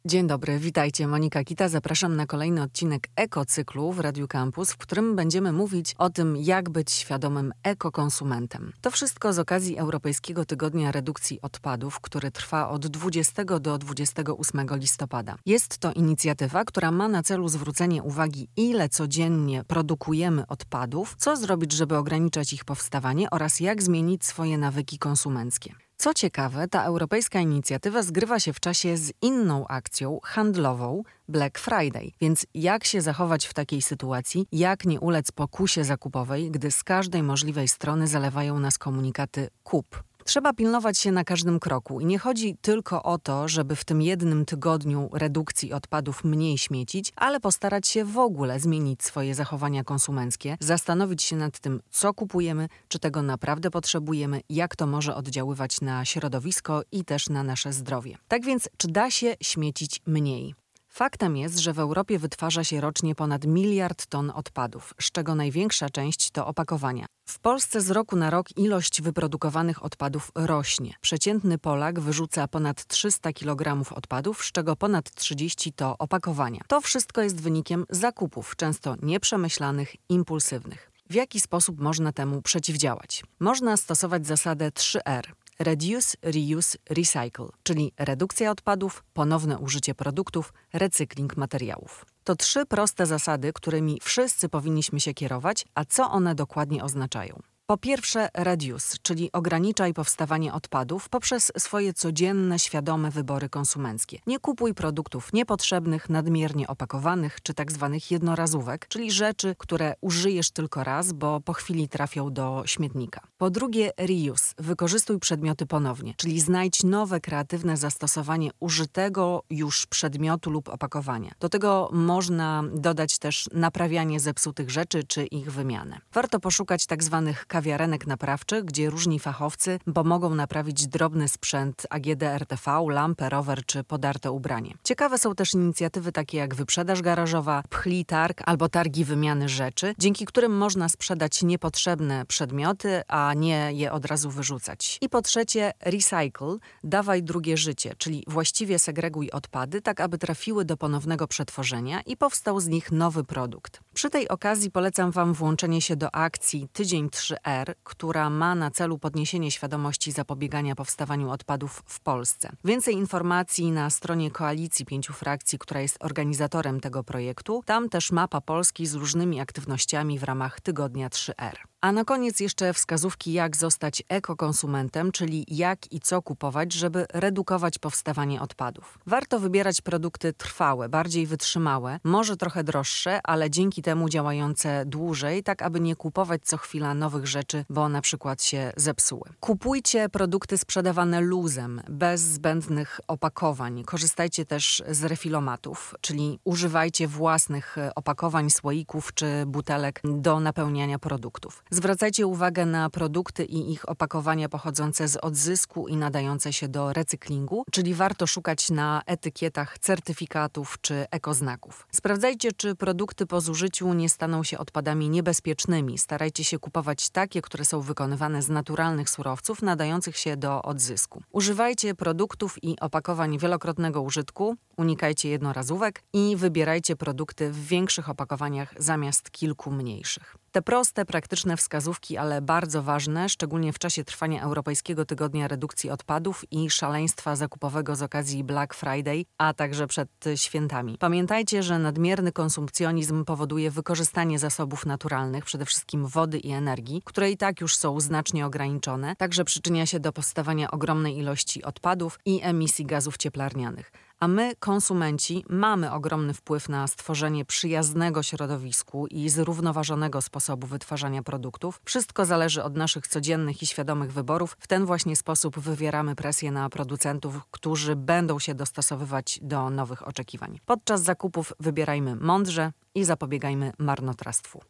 Dzień dobry, witajcie. Monika Kita. Zapraszam na kolejny odcinek Ekocyklu w Radiu Campus, w którym będziemy mówić o tym, jak być świadomym ekokonsumentem. To wszystko z okazji Europejskiego Tygodnia Redukcji Odpadów, który trwa od 20 do 28 listopada. Jest to inicjatywa, która ma na celu zwrócenie uwagi, ile codziennie produkujemy odpadów, co zrobić, żeby ograniczać ich powstawanie oraz jak zmienić swoje nawyki konsumenckie. Co ciekawe, ta europejska inicjatywa zgrywa się w czasie z inną akcją handlową Black Friday. Więc jak się zachować w takiej sytuacji? Jak nie ulec pokusie zakupowej, gdy z każdej możliwej strony zalewają nas komunikaty kup? Trzeba pilnować się na każdym kroku i nie chodzi tylko o to, żeby w tym jednym tygodniu redukcji odpadów mniej śmiecić, ale postarać się w ogóle zmienić swoje zachowania konsumenckie, zastanowić się nad tym, co kupujemy, czy tego naprawdę potrzebujemy, jak to może oddziaływać na środowisko i też na nasze zdrowie. Tak więc, czy da się śmiecić mniej? Faktem jest, że w Europie wytwarza się rocznie ponad 1 miliard ton odpadów, z czego największa część to opakowania. W Polsce z roku na rok ilość wyprodukowanych odpadów rośnie. Przeciętny Polak wyrzuca ponad 300 kg odpadów, z czego ponad 30 to opakowania. To wszystko jest wynikiem zakupów, często nieprzemyślanych, impulsywnych. W jaki sposób można temu przeciwdziałać? Można stosować zasadę 3R. Reduce, Reuse, Recycle, czyli redukcja odpadów, ponowne użycie produktów, recykling materiałów. To 3 proste zasady, którymi wszyscy powinniśmy się kierować, a co one dokładnie oznaczają? Po pierwsze, reduce, czyli ograniczaj powstawanie odpadów poprzez swoje codzienne, świadome wybory konsumenckie. Nie kupuj produktów niepotrzebnych, nadmiernie opakowanych czy tzw. jednorazówek, czyli rzeczy, które użyjesz tylko raz, bo po chwili trafią do śmietnika. Po drugie, reuse, wykorzystuj przedmioty ponownie, czyli znajdź nowe, kreatywne zastosowanie użytego już przedmiotu lub opakowania. Do tego można dodać też naprawianie zepsutych rzeczy czy ich wymianę. Warto poszukać tzw. kawiarenek naprawczych, gdzie różni fachowcy pomogą naprawić drobny sprzęt AGD RTV, lampę, rower czy podarte ubranie. Ciekawe są też inicjatywy takie jak wyprzedaż garażowa, pchli targ albo targi wymiany rzeczy, dzięki którym można sprzedać niepotrzebne przedmioty, a nie je od razu wyrzucać. I po trzecie, recycle, dawaj drugie życie, czyli właściwie segreguj odpady, tak aby trafiły do ponownego przetworzenia i powstał z nich nowy produkt. Przy tej okazji polecam Wam włączenie się do akcji Tydzień 3R, która ma na celu podniesienie świadomości zapobiegania powstawaniu odpadów w Polsce. Więcej informacji na stronie Koalicji 5 Frakcji, która jest organizatorem tego projektu. Tam też mapa Polski z różnymi aktywnościami w ramach Tygodnia 3R. A na koniec jeszcze wskazówki, jak zostać ekokonsumentem, czyli jak i co kupować, żeby redukować powstawanie odpadów. Warto wybierać produkty trwałe, bardziej wytrzymałe, może trochę droższe, ale dzięki temu działające dłużej, tak aby nie kupować co chwila nowych rzeczy, bo na przykład się zepsuły. Kupujcie produkty sprzedawane luzem, bez zbędnych opakowań. Korzystajcie też z refilomatów, czyli używajcie własnych opakowań, słoików czy butelek do napełniania produktów. Zwracajcie uwagę na produkty i ich opakowania pochodzące z odzysku i nadające się do recyklingu, czyli warto szukać na etykietach certyfikatów czy ekoznaków. Sprawdzajcie, czy produkty po zużyciu nie staną się odpadami niebezpiecznymi. Starajcie się kupować takie, które są wykonywane z naturalnych surowców nadających się do odzysku. Używajcie produktów i opakowań wielokrotnego użytku, unikajcie jednorazówek i wybierajcie produkty w większych opakowaniach zamiast kilku mniejszych. Te proste, praktyczne wskazówki, ale bardzo ważne, szczególnie w czasie trwania Europejskiego Tygodnia Redukcji Odpadów i szaleństwa zakupowego z okazji Black Friday, a także przed świętami. Pamiętajcie, że nadmierny konsumpcjonizm powoduje wykorzystanie zasobów naturalnych, przede wszystkim wody i energii, które i tak już są znacznie ograniczone, także przyczynia się do powstawania ogromnej ilości odpadów i emisji gazów cieplarnianych. A my, konsumenci, mamy ogromny wpływ na stworzenie przyjaznego środowisku i zrównoważonego sposobu wytwarzania produktów. Wszystko zależy od naszych codziennych i świadomych wyborów. W ten właśnie sposób wywieramy presję na producentów, którzy będą się dostosowywać do nowych oczekiwań. Podczas zakupów wybierajmy mądrze i zapobiegajmy marnotrawstwu.